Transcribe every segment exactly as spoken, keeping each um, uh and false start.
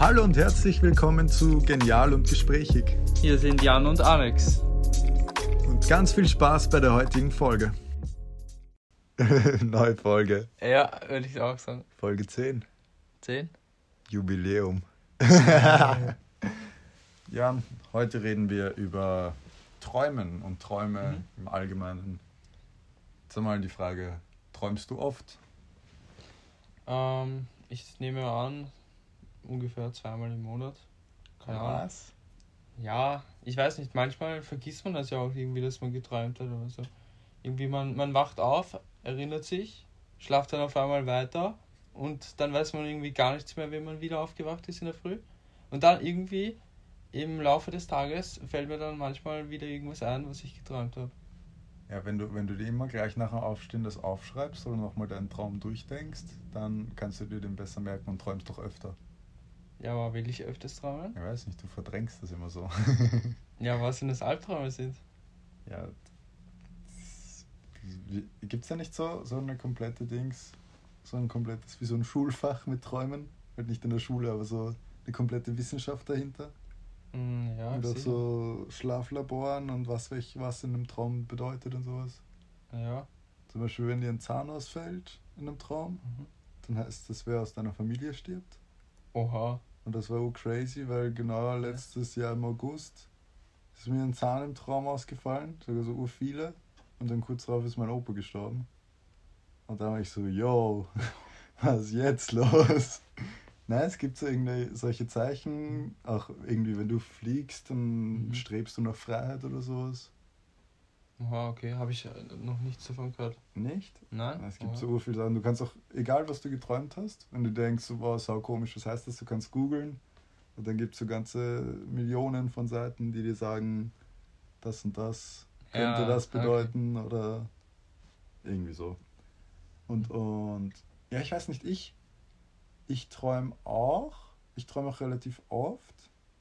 Hallo und herzlich willkommen zu Genial und Gesprächig. Hier sind Jan und Alex. Und ganz viel Spaß bei der heutigen Folge. Neue Folge. Ja, würde ich auch sagen. Folge zehn. zehn? Jubiläum. Jan, heute reden wir über Träumen und Träume mhm. im Allgemeinen. Jetzt einmal die Frage, träumst du oft? Ähm, ich nehme an, ungefähr zweimal im Monat. Keine Ahnung. Was? Ja, ich weiß nicht, manchmal vergisst man das ja auch irgendwie, dass man geträumt hat oder so. Irgendwie man, man wacht auf, erinnert sich, schlaft dann auf einmal weiter und dann weiß man irgendwie gar nichts mehr, wenn man wieder aufgewacht ist in der Früh. Und dann irgendwie im Laufe des Tages fällt mir dann manchmal wieder irgendwas ein, was ich geträumt habe. Ja, wenn du, wenn du dir immer gleich nach dem Aufstehen das aufschreibst oder nochmal deinen Traum durchdenkst, dann kannst du dir den besser merken und träumst doch öfter. Ja, aber will ich öfters träumen? Ich weiß nicht, du verdrängst das immer so. Ja, was denn das Albträume sind? Ja, gibt es da nicht so, so eine komplette Dings, so ein komplettes, wie so ein Schulfach mit Träumen? Halt nicht in der Schule, aber so eine komplette Wissenschaft dahinter. Mm, ja, und auch sicher. so Schlaflaboren und was, was in einem Traum bedeutet und sowas. Ja. Zum Beispiel, wenn dir ein Zahn ausfällt in einem Traum, Mhm. dann heißt das, wer aus deiner Familie stirbt. Oha. Und das war auch crazy, weil genau letztes Jahr im August ist mir ein Zahn im Traum ausgefallen, sogar so ur viele. Und dann kurz darauf ist mein Opa gestorben. Und dann war ich so, yo, was ist jetzt los? Nein, es gibt so irgendwie solche Zeichen, auch irgendwie, wenn du fliegst, dann mhm. strebst du nach Freiheit oder sowas. Oha, okay, habe ich noch nichts davon gehört. Nicht? Nein? Es gibt Oha. so ur viele Sachen. Du kannst auch, egal was du geträumt hast, wenn du denkst, so, wow, sau komisch, was heißt das, du kannst googeln. Und dann gibt es so ganze Millionen von Seiten, die dir sagen, das und das könnte ja, das bedeuten, okay. Oder irgendwie so. Und, und ja, ich weiß nicht, ich ich träume auch, ich träume auch relativ oft,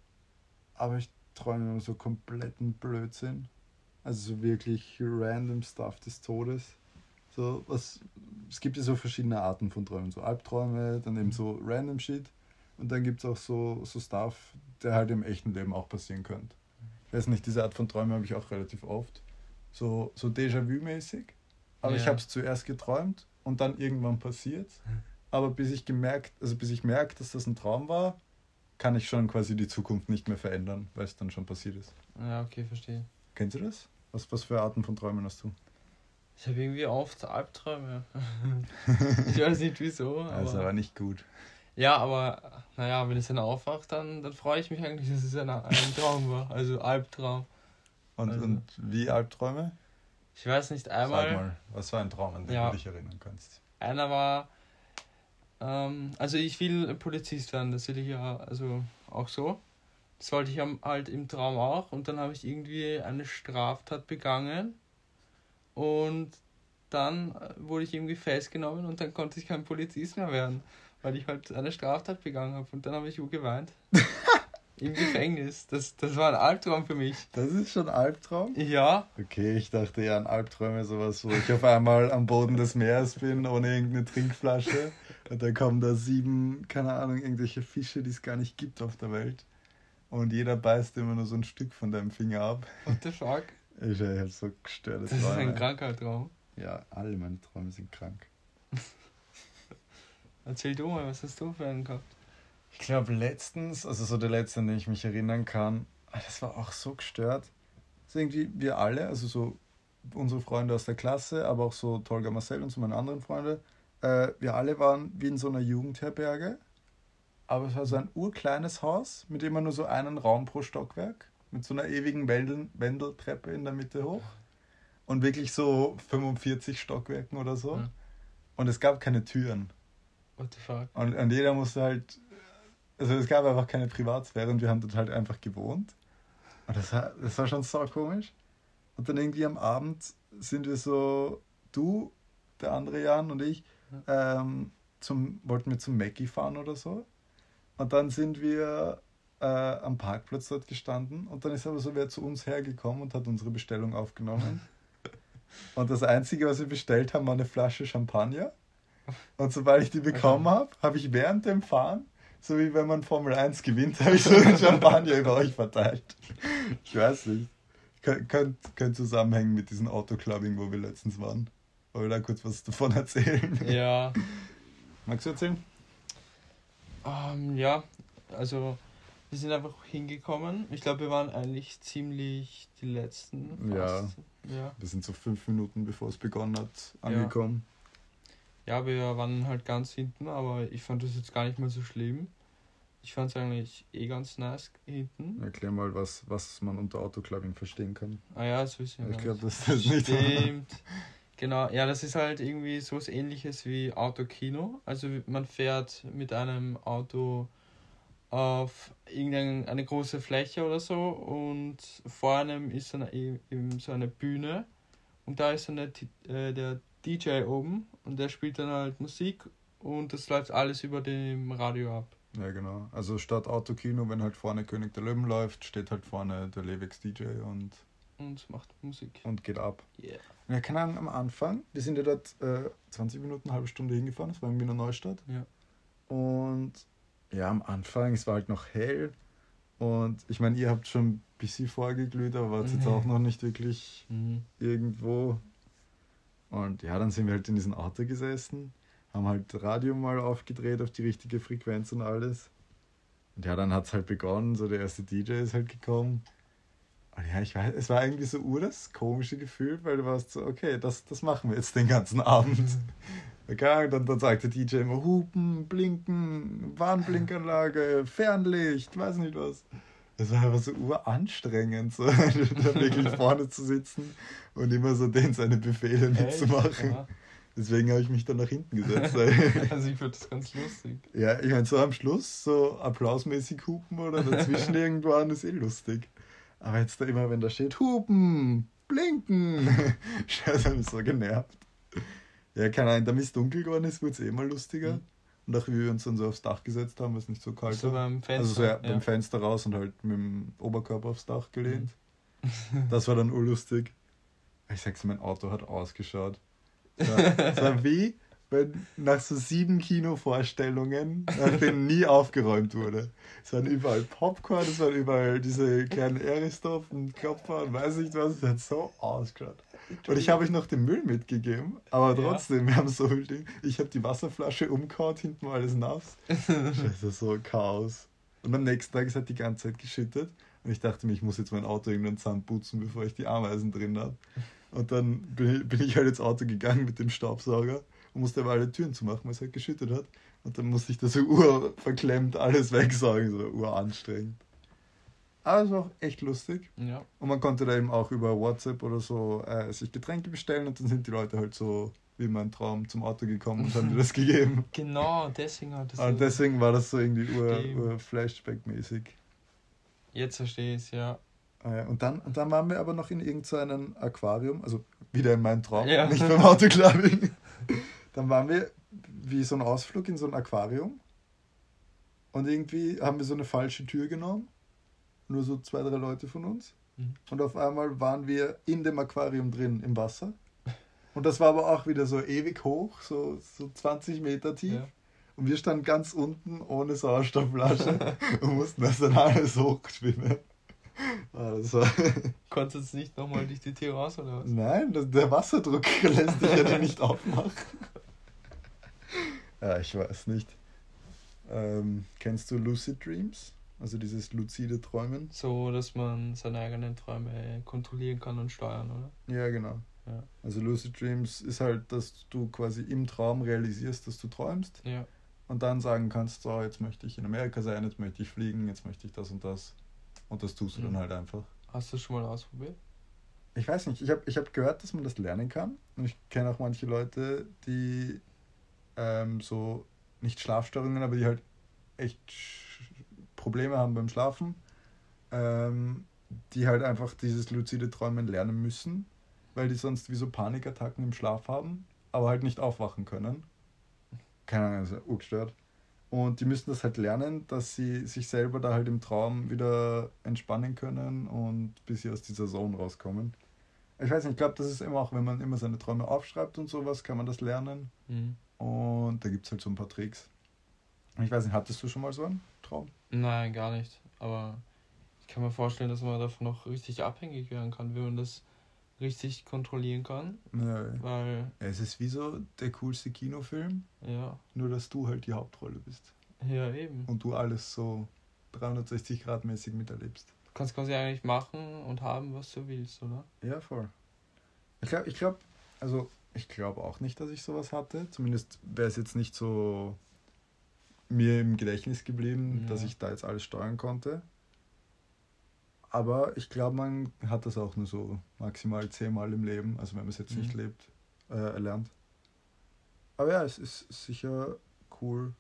aber ich träume immer so kompletten Blödsinn. Also so wirklich random Stuff des Todes. So was, es gibt ja so verschiedene Arten von Träumen, so Albträume, dann eben so random Shit und dann gibt es auch so, so Stuff, der halt im echten Leben auch passieren könnte. Ich weiß nicht, diese Art von Träumen habe ich auch relativ oft. So, so Déjà-vu-mäßig. Aber ja. Ich habe es zuerst geträumt und dann irgendwann passiert. Aber bis ich gemerkt, also bis ich merke, dass das ein Traum war, kann ich schon quasi die Zukunft nicht mehr verändern, weil es dann schon passiert ist. Ja, okay, verstehe. Kennst du das? Was, was für Arten von Träumen hast du? Ich habe irgendwie oft Albträume. Ich weiß nicht wieso. Aber das ist aber nicht gut. Ja, aber naja, wenn ich dann aufwache, dann, dann freue ich mich eigentlich, dass es ein, ein Traum war. Also Albtraum. Und, also, und wie Albträume? Ich weiß nicht, einmal... Sag mal, was war ein Traum, an den ja, du dich erinnern kannst? Einer war... Ähm, also ich will Polizist werden, das will ich ja also auch so. Das wollte ich halt im Traum auch. Und dann habe ich irgendwie eine Straftat begangen. Und dann wurde ich irgendwie festgenommen und dann konnte ich kein Polizist mehr werden. Weil ich halt eine Straftat begangen habe. Und dann habe ich geweint. Im Gefängnis. Das, das war ein Albtraum für mich. Das ist schon ein Albtraum? Ja. Okay, ich dachte ja an Albträume, sowas, wo ich auf einmal am Boden des Meeres bin, ohne irgendeine Trinkflasche. Und dann kommen da sieben, keine Ahnung, irgendwelche Fische, die es gar nicht gibt auf der Welt. Und jeder beißt immer nur so ein Stück von deinem Finger ab. What the fuck? Ich habe so gestörte Das Träume. Ist ein kranker Traum. Ja, alle meine Träume sind krank. Erzähl du mal, was hast du für einen gehabt? Ich glaube letztens, also so der letzte, an den ich mich erinnern kann, das war auch so gestört. Das ist irgendwie wir alle, also so unsere Freunde aus der Klasse, aber auch so Tolga Marcel und so meine anderen Freunde, äh, wir alle waren wie in so einer Jugendherberge, aber es war so ein urkleines Haus mit immer nur so einen Raum pro Stockwerk, mit so einer ewigen Wendel- Wendeltreppe in der Mitte hoch und wirklich so fünfundvierzig Stockwerken oder so. Mhm. Und es gab keine Türen. What the fuck? Und, und jeder musste halt... Also es gab einfach keine Privatsphäre und wir haben dort halt einfach gewohnt. Und das war, das war schon so komisch. Und dann irgendwie am Abend sind wir so, du, der andere Jan und ich, ähm, zum, wollten wir zum Mackie fahren oder so. Und dann sind wir äh, am Parkplatz dort gestanden und dann ist aber so wer zu uns hergekommen und hat unsere Bestellung aufgenommen. Und das Einzige, was wir bestellt haben, war eine Flasche Champagner. Und sobald ich die bekommen habe, habe ich während dem Fahren so wie wenn man Formel eins gewinnt, habe ich so den Champagner über euch verteilt. Ich weiß nicht. Kön könnte könnt zusammenhängen mit diesem Autoclubbing, wo wir letztens waren. Wollen wir da kurz was davon erzählen? Ja. Magst du erzählen? Ähm, ja, also wir sind einfach hingekommen. Ich glaube, wir waren eigentlich ziemlich die Letzten. Fast. Ja. Ja. Wir sind so fünf Minuten, bevor es begonnen hat, angekommen. Ja, wir waren halt ganz hinten, aber ich fand das jetzt gar nicht mal so schlimm. Ich fand es eigentlich eh ganz nice hinten. Erklär mal, was, was man unter Autoclubbing verstehen kann. Ah ja, das wissen wir. Ich glaube, das ist nicht. Stimmt. Genau, ja, das ist halt irgendwie sowas Ähnliches wie Autokino. Also man fährt mit einem Auto auf irgendeine eine große Fläche oder so und vor einem ist dann eben so eine Bühne und da ist dann der, äh, der D J oben und der spielt dann halt Musik und das läuft alles über dem Radio ab. Ja, genau. Also statt Autokino, wenn halt vorne König der Löwen läuft, steht halt vorne der Levex D J und und macht Musik. Und geht ab. Yeah. Ja, keine Ahnung, am Anfang, wir sind ja dort äh, zwanzig Minuten, eine halbe Stunde hingefahren, das war in Wiener Neustadt. Ja. Und ja, am Anfang, es war halt noch hell. Und ich meine, ihr habt schon ein bisschen vorgeglüht, aber wart jetzt auch noch nicht wirklich mhm. irgendwo. Und ja, dann sind wir halt in diesem Auto gesessen, haben halt Radio mal aufgedreht auf die richtige Frequenz und alles. Und ja, dann hat es halt begonnen, so der erste D J ist halt gekommen. Und ja, ich weiß, es war irgendwie so ur das komische Gefühl, weil du warst so, okay, das, das machen wir jetzt den ganzen Abend. Okay, dann, dann sagt der D J immer Hupen, Blinken, Warnblinkanlage, Fernlicht, weiß nicht was. Es war einfach so uranstrengend, so da wirklich vorne zu sitzen und immer so den seine Befehle mitzumachen. Ja. Deswegen habe ich mich dann nach hinten gesetzt. Also ich finde das ganz lustig. Ja, ich meine, so am Schluss, so applausmäßig hupen oder dazwischen irgendwann ist eh lustig. Aber jetzt da immer, wenn da steht, hupen, blinken, das hat mich so genervt. Ja, keine Ahnung, damit es dunkel geworden ist, wurde es eh mal lustiger. Mhm. Und auch wie wir uns dann so aufs Dach gesetzt haben, weil es nicht so kalt so war. Beim Fenster, also so ja, ja. beim Fenster raus und halt mit dem Oberkörper aufs Dach gelehnt. Mhm. Das war dann urlustig. Ich sag's, mein Auto hat ausgeschaut. Es war, es war wie, wenn nach so sieben Kinovorstellungen, nach denen nie aufgeräumt wurde. Es waren überall Popcorn, es waren überall diese kleinen Eristoff und Klopfer und weiß nicht was. Es hat so ausgeschaut. Und ich habe euch noch den Müll mitgegeben, aber trotzdem, ja. Wir haben so viel Ding. Ich habe die Wasserflasche umgehauen, hinten war alles nass. Scheiße, so Chaos. Und am nächsten Tag ist halt die ganze Zeit geschüttet. Und ich dachte mir, ich muss jetzt mein Auto irgendwann zusammenputzen, bevor ich die Ameisen drin habe. Und dann bin ich halt ins Auto gegangen mit dem Staubsauger und musste aber alle Türen zumachen, weil es halt geschüttet hat. Und dann musste ich da so urverklemmt alles wegsaugen, so uranstrengend. Aber es war auch echt lustig. Ja. Und man konnte da eben auch über WhatsApp oder so äh, sich Getränke bestellen und dann sind die Leute halt so wie mein Traum zum Auto gekommen und haben mir das gegeben. Genau, deswegen hat das Und so deswegen war das so irgendwie ur, ur Flashback-mäßig. Jetzt verstehe ich es, ja. Und dann, und dann waren wir aber noch in irgendeinem Aquarium, also wieder in meinem Traum, ja. nicht beim Autoclubbing. Dann waren wir wie so ein Ausflug in so ein Aquarium und irgendwie haben wir so eine falsche Tür genommen, nur so zwei, drei Leute von uns. Mhm. Und auf einmal waren wir in dem Aquarium drin im Wasser. Und das war aber auch wieder so ewig hoch, so, so zwanzig Meter tief. Ja. Und wir standen ganz unten ohne Sauerstoffflasche und mussten das dann alles hochschwimmen. Ah, das war Konntest du nicht nochmal durch die Tür raus, oder was? Nein, das, der Wasserdruck lässt dich ja nicht aufmachen. Ja, ich weiß nicht. Ähm, kennst du Lucid Dreams? Also dieses luzide Träumen? So, dass man seine eigenen Träume kontrollieren kann und steuern, oder? Ja, genau. Ja. Also Lucid Dreams ist halt, dass du quasi im Traum realisierst, dass du träumst. Ja. Und dann sagen kannst, so, jetzt möchte ich in Amerika sein, jetzt möchte ich fliegen, jetzt möchte ich das und das. Und das tust du mhm. dann halt einfach. Hast du das schon mal ausprobiert? Ich weiß nicht. Ich habe ich hab gehört, dass man das lernen kann. Und ich kenne auch manche Leute, die ähm, so, nicht Schlafstörungen, aber die halt echt Probleme haben beim Schlafen. Ähm, die halt einfach dieses luzide Träumen lernen müssen, weil die sonst wie so Panikattacken im Schlaf haben, aber halt nicht aufwachen können. Keine Ahnung, also urgestört. Und die müssen das halt lernen, dass sie sich selber da halt im Traum wieder entspannen können und bis sie aus dieser Zone rauskommen. Ich weiß nicht, ich glaube, das ist immer auch, wenn man immer seine Träume aufschreibt und sowas, kann man das lernen. Mhm. Und da gibt es halt so ein paar Tricks. Ich weiß nicht, hattest du schon mal so einen Traum? Nein, gar nicht. Aber ich kann mir vorstellen, dass man davon noch richtig abhängig werden kann, wenn man das richtig kontrollieren kann. Ja, Weil, es ist wie so der coolste Kinofilm, ja, nur dass du halt die Hauptrolle bist. ja eben. Und du alles so dreihundertsechzig Grad mäßig miterlebst. Du kannst quasi eigentlich machen und haben, was du willst, oder? Ja, voll. Ich glaube, ich glaube, also ich glaube auch nicht, dass ich sowas hatte. Zumindest wäre es jetzt nicht so mir im Gedächtnis geblieben, Ja. dass ich da jetzt alles steuern konnte. Aber ich glaube, man hat das auch nur so maximal zehnmal im Leben, also wenn man es jetzt nicht Mhm. lebt, äh, erlernt. Aber ja, es ist sicher cool,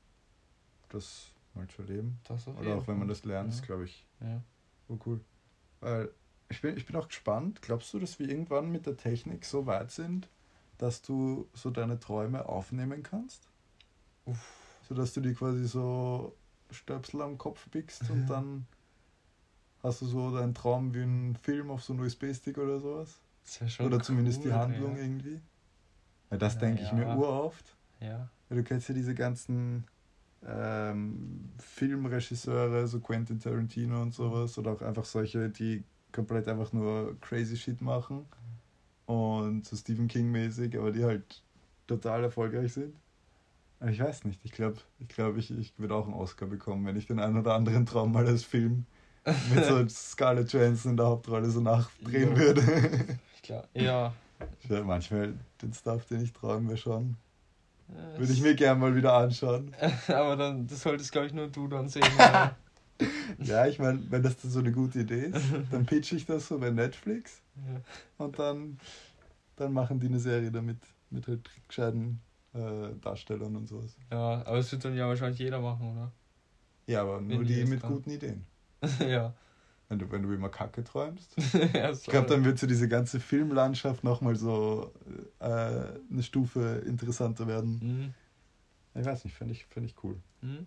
das mal zu erleben. Das auf Oder jeden auch wenn man Fall. das lernt, Ja. ist, glaube ich, Ja. so cool. Weil ich bin, ich bin auch gespannt. Glaubst du, dass wir irgendwann mit der Technik so weit sind, dass du so deine Träume aufnehmen kannst? Uff. Sodass du die quasi so Stöpsel am Kopf biegst und dann hast du so deinen Traum wie ein Film auf so einen U S B-Stick oder sowas? Das wäre schon Oder zumindest cool, die Handlung ja. irgendwie? Weil das Na denke ich mir ja. uroft. Ja. Weil du kennst ja diese ganzen ähm, Filmregisseure, so Quentin Tarantino und sowas, oder auch einfach solche, die komplett einfach nur crazy shit machen und so Stephen King mäßig, aber die halt total erfolgreich sind. Aber ich weiß nicht, ich glaube, ich, glaub, ich, ich würde auch einen Oscar bekommen, wenn ich den einen oder anderen Traum mal als Film mit so Scarlett Johansson in der Hauptrolle so nachdrehen Jo. würde. Ich glaub, ja. Ja, manchmal den Stuff, den ich träume, schon. Ja, Würde ich mir gern mal wieder anschauen. Aber dann, das solltest, glaube ich, nur du dann sehen. Ja. Ja, ich meine, wenn das so eine gute Idee ist, dann pitch ich das so bei Netflix Ja. und dann, dann machen die eine Serie damit, mit halt gescheiten äh, Darstellern und sowas. Ja, aber es wird dann ja wahrscheinlich jeder machen, oder? Ja, aber nur Wenn die die das mit kann. guten Ideen. Ja. Wenn du, wenn du immer Kacke träumst. Ja, Ich glaube, dann wird so diese ganze Filmlandschaft nochmal so äh, eine Stufe interessanter werden. Mhm. Ich weiß nicht, finde ich, find ich cool. Mhm.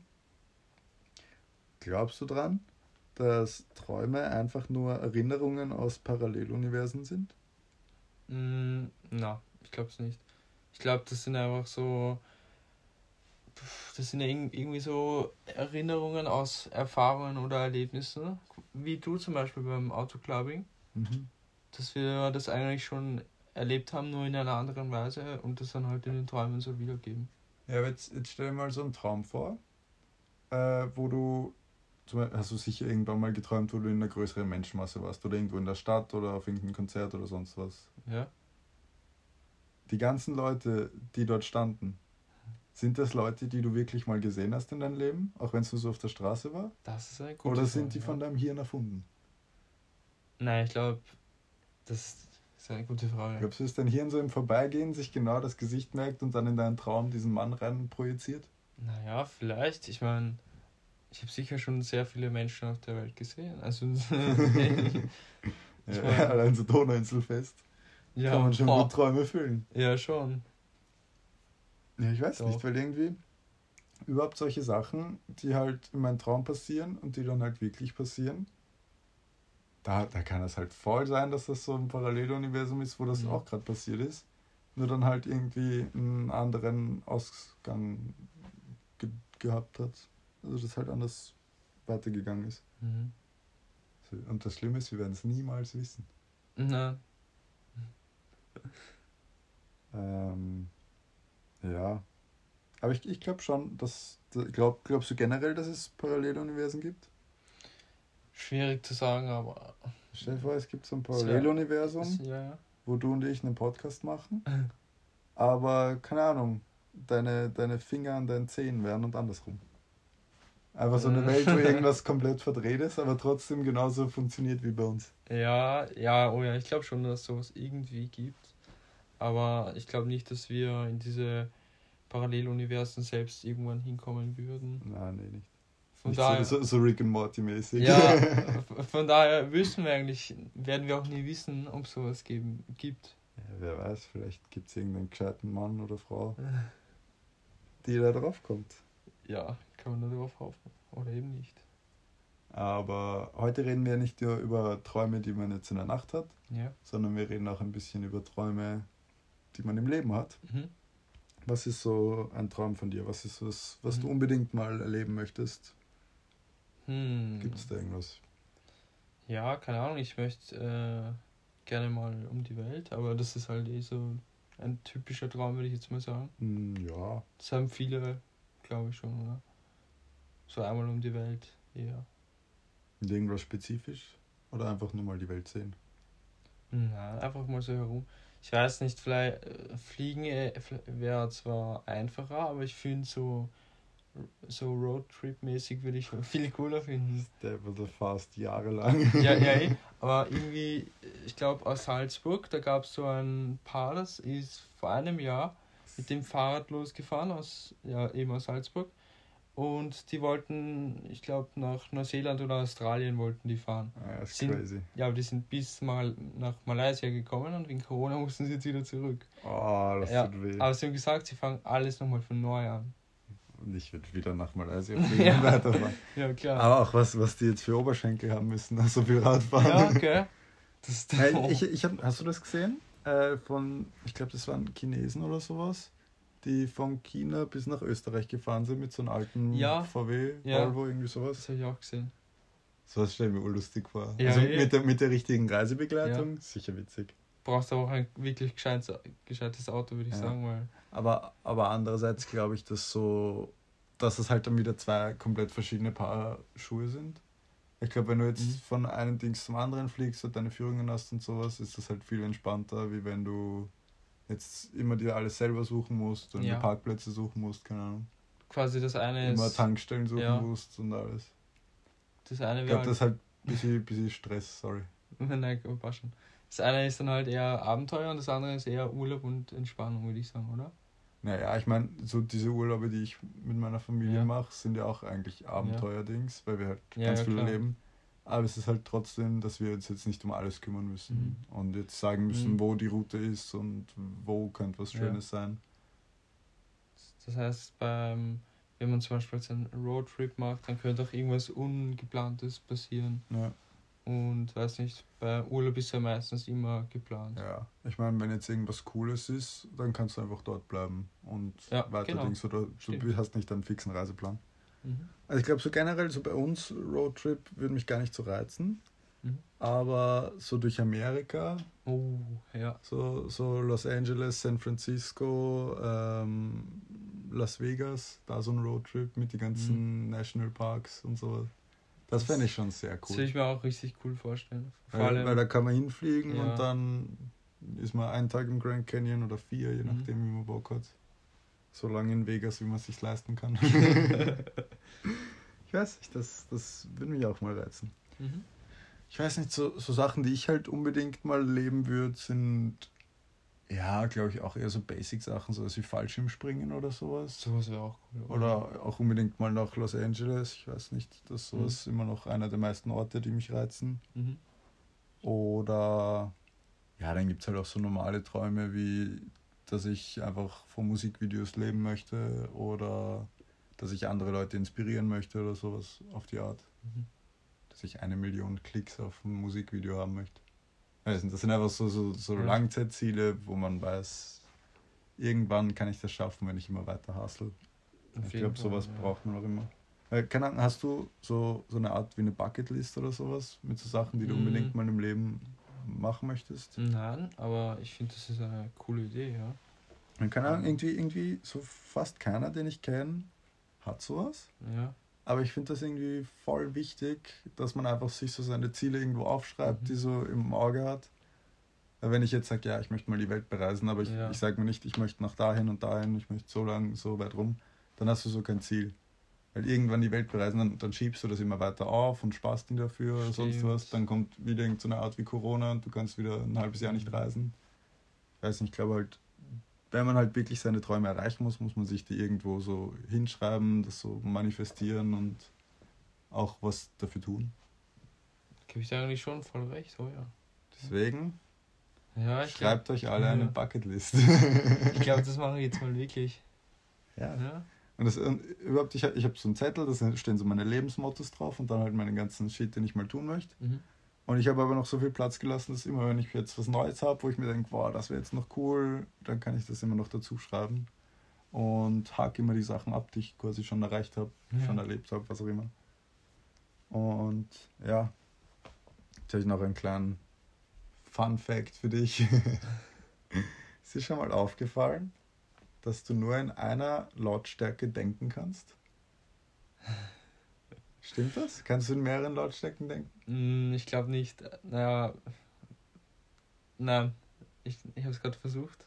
Glaubst du dran, dass Träume einfach nur Erinnerungen aus Paralleluniversen sind? Mm, na, ich glaube es nicht. Ich glaube, das sind einfach so. Das sind ja irg- irgendwie so Erinnerungen aus Erfahrungen oder Erlebnissen. Wie du zum Beispiel beim Autoclubbing. Mhm. Dass wir das eigentlich schon erlebt haben, nur in einer anderen Weise und das dann halt in den Träumen so wiedergeben. Ja, aber jetzt, jetzt stell dir mal so einen Traum vor, äh, wo du, zum Beispiel, hast du sicher irgendwann mal geträumt, wo du in einer größeren Menschenmasse warst oder irgendwo in der Stadt oder auf irgendeinem Konzert oder sonst was. Ja? Die ganzen Leute, die dort standen, sind das Leute, die du wirklich mal gesehen hast in deinem Leben, auch wenn es nur so auf der Straße war? Das ist eine gute Oder Frage, sind die ja. von deinem Hirn erfunden? Nein, ich glaube, das ist eine gute Frage. Glaubst du, dass dein Hirn so im Vorbeigehen sich genau das Gesicht merkt und dann in deinen Traum diesen Mann rein projiziert? Naja, vielleicht. Ich meine, ich habe sicher schon sehr viele Menschen auf der Welt gesehen. Also, Ja, mein- allein so Donauinselfest. ja, Kann man schon boah. gut Träume füllen. Ja, schon. Ja, ich weiß Doch. nicht, weil irgendwie überhaupt solche Sachen, die halt in meinem Traum passieren und die dann halt wirklich passieren, da, da kann es halt voll sein, dass das so ein Paralleluniversum ist, wo das Mhm. auch gerade passiert ist. Nur dann halt irgendwie einen anderen Ausgang ge gehabt hat. Also das halt anders weitergegangen ist. Mhm. So, und das Schlimme ist, wir werden es niemals wissen. Na, Ähm, ja. Aber ich, ich glaube schon, dass. Glaub, glaubst du generell, dass es Paralleluniversen gibt? schwierig zu sagen, aber. Stell dir vor, es gibt so ein Das wär- Paralleluniversum, Das, ja, ja. wo du und ich einen Podcast machen, aber keine Ahnung, deine, deine Finger an deinen Zehen wären und andersrum. Einfach so eine Mhm. Welt, wo irgendwas komplett verdreht ist, aber trotzdem genauso funktioniert wie bei uns. Ja, ja, oh ja, ich glaube schon, dass es sowas irgendwie gibt. Aber ich glaube nicht, dass wir in diese Paralleluniversen selbst irgendwann hinkommen würden. Nein, nee, nicht. Von nicht daher, so, so, so Rick and Morty mäßig. ja, f- von daher wissen wir eigentlich, werden wir auch nie wissen, ob es sowas geben, gibt. Ja, wer weiß, vielleicht gibt es irgendeinen gescheiten Mann oder Frau, die da drauf kommt. Ja, kann man nur darauf hoffen. Oder eben nicht. Aber heute reden wir nicht nur über Träume, die man jetzt in der Nacht hat, Ja. sondern wir reden auch ein bisschen über Träume, die man im Leben hat. Mhm. Was ist so ein Traum von dir? Was ist was, was Mhm. du unbedingt mal erleben möchtest? Hm. Gibt es da irgendwas? Ja, keine Ahnung, ich möchte äh, gerne mal um die Welt, aber das ist halt eh so ein typischer Traum, würde ich jetzt mal sagen. Hm, ja. Das haben viele, glaube ich schon, oder? So einmal um die Welt, ja. Und irgendwas spezifisch? Oder einfach nur mal die Welt sehen? Nein, einfach mal so herum. Ich weiß nicht, vielleicht äh, fliegen wäre zwar einfacher, aber ich finde so, so Roadtrip-mäßig würde ich viel cooler finden. Der wurde fast jahrelang. Ja, ja, eh. Aber irgendwie, ich glaube aus Salzburg, da gab es so ein Paar, das ist vor einem Jahr mit dem Fahrrad losgefahren, aus, ja, eben aus Salzburg. Und die wollten, ich glaube, nach Neuseeland oder Australien wollten die fahren. Ja, ist Sind- crazy. Ja, aber die sind bis mal nach Malaysia gekommen und wegen Corona mussten sie jetzt wieder zurück. Oh, das Ja, tut weh. aber sie haben gesagt, sie fangen alles nochmal von neu an. Und ich würde wieder nach Malaysia fliegen Ja. und weiterfahren. Ja, klar. Aber auch was, was die jetzt für Oberschenkel haben müssen, nach so viel Radfahren. Ja, okay. Das ist der Hey, ich, ich hab, hast du das gesehen? Äh, von, ich glaube, das waren Chinesen oder sowas, die von China bis nach Österreich gefahren sind mit so einem alten Ja. V W, Ja. Volvo, irgendwie sowas. Das habe ich auch gesehen. Sowas stelle ich mir urlustig vor. Ja, also eh. mit der, mit der richtigen Reisebegleitung, sicher witzig. Brauchst aber auch ein wirklich gescheites, gescheites Auto, würde ich Ja. sagen, weil. Aber, aber andererseits glaube ich, dass so, dass es halt dann wieder zwei komplett verschiedene Paar Schuhe sind. Ich glaube, wenn du jetzt Mhm. von einem Dings zum anderen fliegst und deine Führungen hast und sowas, ist das halt viel entspannter, wie wenn du jetzt immer dir alles selber suchen musst und Ja. die Parkplätze suchen musst, keine Ahnung. Quasi das eine Immer ist. Tankstellen suchen ja. musst und alles. Das eine Ich wäre glaube, das ist halt ein bisschen, bisschen Stress, sorry. Nein, passt schon. Das eine ist dann halt eher Abenteuer und das andere ist eher Urlaub und Entspannung, würde ich sagen, oder? Naja, ich meine, so diese Urlaube, die ich mit meiner Familie Ja. mache, sind ja auch eigentlich Abenteuerdings, weil wir halt Ja, ganz ja, viel klar. erleben. Aber es ist halt trotzdem, dass wir uns jetzt nicht um alles kümmern müssen Mhm. und jetzt sagen müssen, Mhm. wo die Route ist und wo könnte was Ja. Schönes sein. Das heißt, beim, wenn man zum Beispiel jetzt einen Roadtrip macht, dann könnte auch irgendwas Ungeplantes passieren. Ja, Und weiß nicht, bei Urlaub ist ja meistens immer geplant. ja. Ich meine, wenn jetzt irgendwas Cooles ist, dann kannst du einfach dort bleiben und Ja, weiter genau. Dings oder du Stimmt. hast nicht einen fixen Reiseplan. Mhm. Also ich glaube, so generell, so bei uns, Roadtrip würde mich gar nicht so reizen. Mhm. Aber so durch Amerika, Oh, ja. so, so Los Angeles, San Francisco, ähm, Las Vegas, da so ein Roadtrip mit den ganzen Nationalparks und so. Das fände ich schon sehr Das cool. würde ich mir auch richtig cool vorstellen. Vor Weil, allem, weil da kann man hinfliegen Ja. und dann ist man einen Tag im Grand Canyon oder vier, je Mhm. nachdem, wie man Bock hat. So lange in Vegas, wie man es sich leisten kann. Ich weiß nicht, das, das würde mich auch mal reizen. mhm. Ich weiß nicht, so, so Sachen, die ich halt unbedingt mal leben würde, sind, ja, glaube ich, auch eher so Basic-Sachen, so wie Fallschirmspringen oder sowas. Sowas wäre auch cool. Oder auch unbedingt mal nach Los Angeles. Ich weiß nicht, das ist sowas immer noch einer der meisten Orte, die mich reizen. Mhm. Oder, ja, dann gibt es halt auch so normale Träume, wie, dass ich einfach von Musikvideos leben möchte oder dass ich andere Leute inspirieren möchte oder sowas auf die Art. Mhm. Dass ich eine Million Klicks auf ein Musikvideo haben möchte. Weiß nicht, das sind einfach so, so, so Ja. Langzeitziele, wo man weiß, irgendwann kann ich das schaffen, wenn ich immer weiter hustle. Auf Ich jeden glaube, sowas Fall, ja. braucht man auch immer. Äh, keine Ahnung, hast du so, so eine Art wie eine Bucketlist oder sowas mit so Sachen, die du Mm. unbedingt mal im Leben machen möchtest? Nein, aber ich finde, das ist eine coole Idee, ja. Und keine Ahnung, irgendwie, irgendwie so fast keiner, den ich kenne, hat sowas. Ja. Aber ich finde das irgendwie voll wichtig, dass man einfach sich so seine Ziele irgendwo aufschreibt, Mhm. die so im Auge hat. Weil wenn ich jetzt sage, ja, ich möchte mal die Welt bereisen, aber ich, Ja. ich sage mir nicht, ich möchte nach dahin und dahin, ich möchte so lang, so weit rum, dann hast du so kein Ziel. Weil irgendwann die Welt bereisen, dann, dann schiebst du das immer weiter auf und sparst ihn dafür oder sonst Stimmt. was. Dann kommt wieder irgendeine Art wie Corona und du kannst wieder ein halbes Jahr nicht Mhm. reisen. Ich weiß nicht, ich glaube halt, wenn man halt wirklich seine Träume erreichen muss, muss man sich die irgendwo so hinschreiben, das so manifestieren und auch was dafür tun. Gebe ich dir eigentlich schon voll recht, oh ja. Deswegen Ja, ich glaube, schreibt euch alle eine Ja. Bucketlist. ich glaub, das mache ich jetzt mal wirklich. Ja. Ja. Und, das, und überhaupt, ich, ich habe so einen Zettel, da stehen so meine Lebensmottos drauf und dann halt meine ganzen Shit, den ich mal tun möchte. Mhm. Und ich habe aber noch so viel Platz gelassen, dass immer, wenn ich jetzt was Neues habe, wo ich mir denke, boah, das wäre jetzt noch cool, dann kann ich das immer noch dazu schreiben. und hake immer die Sachen ab, die ich quasi schon erreicht habe, Ja. schon erlebt habe, was auch immer. Und ja, jetzt habe ich noch einen kleinen Fun Fact für dich. Ist dir schon mal aufgefallen, dass du nur in einer Lautstärke denken kannst? Stimmt das? Kannst du in mehreren Lautstärken denken? Hm, ich glaube nicht. Naja, nein. Ich, ich habe es gerade versucht.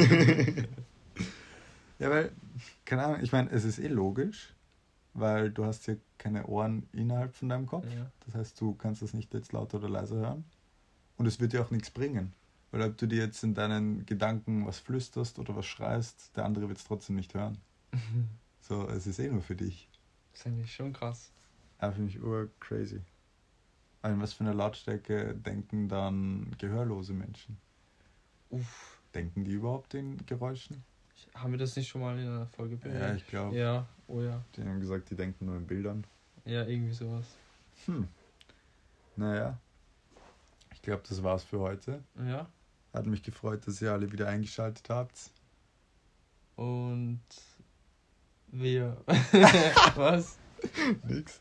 Ja, weil, keine Ahnung, ich meine, es ist eh logisch, weil du hast ja keine Ohren innerhalb von deinem Kopf. Ja. Das heißt, du kannst das nicht jetzt lauter oder leiser hören. Und es wird dir auch nichts bringen. Weil ob du dir jetzt in deinen Gedanken was flüsterst oder was schreist, der andere wird es trotzdem nicht hören. So, es ist eh nur für dich. Das ist eigentlich schon krass. Aber finde ich ur crazy. Also was für eine Lautstärke denken dann gehörlose Menschen? Uff. Denken die überhaupt in Geräuschen? Haben wir das nicht schon mal in einer Folge Ja, behandelt? ich glaube. Ja, oh ja. Die haben gesagt, die denken nur in Bildern. Ja, irgendwie sowas. Hm. Naja. Ich glaube, das war's für heute. Ja. Hat mich gefreut, dass ihr alle wieder eingeschaltet habt. Und wir. Was? Nix.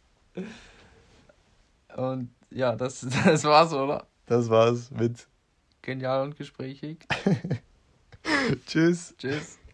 Und ja, das, das war's, oder? Das war's mit Genial und gesprächig. Tschüss. Tschüss.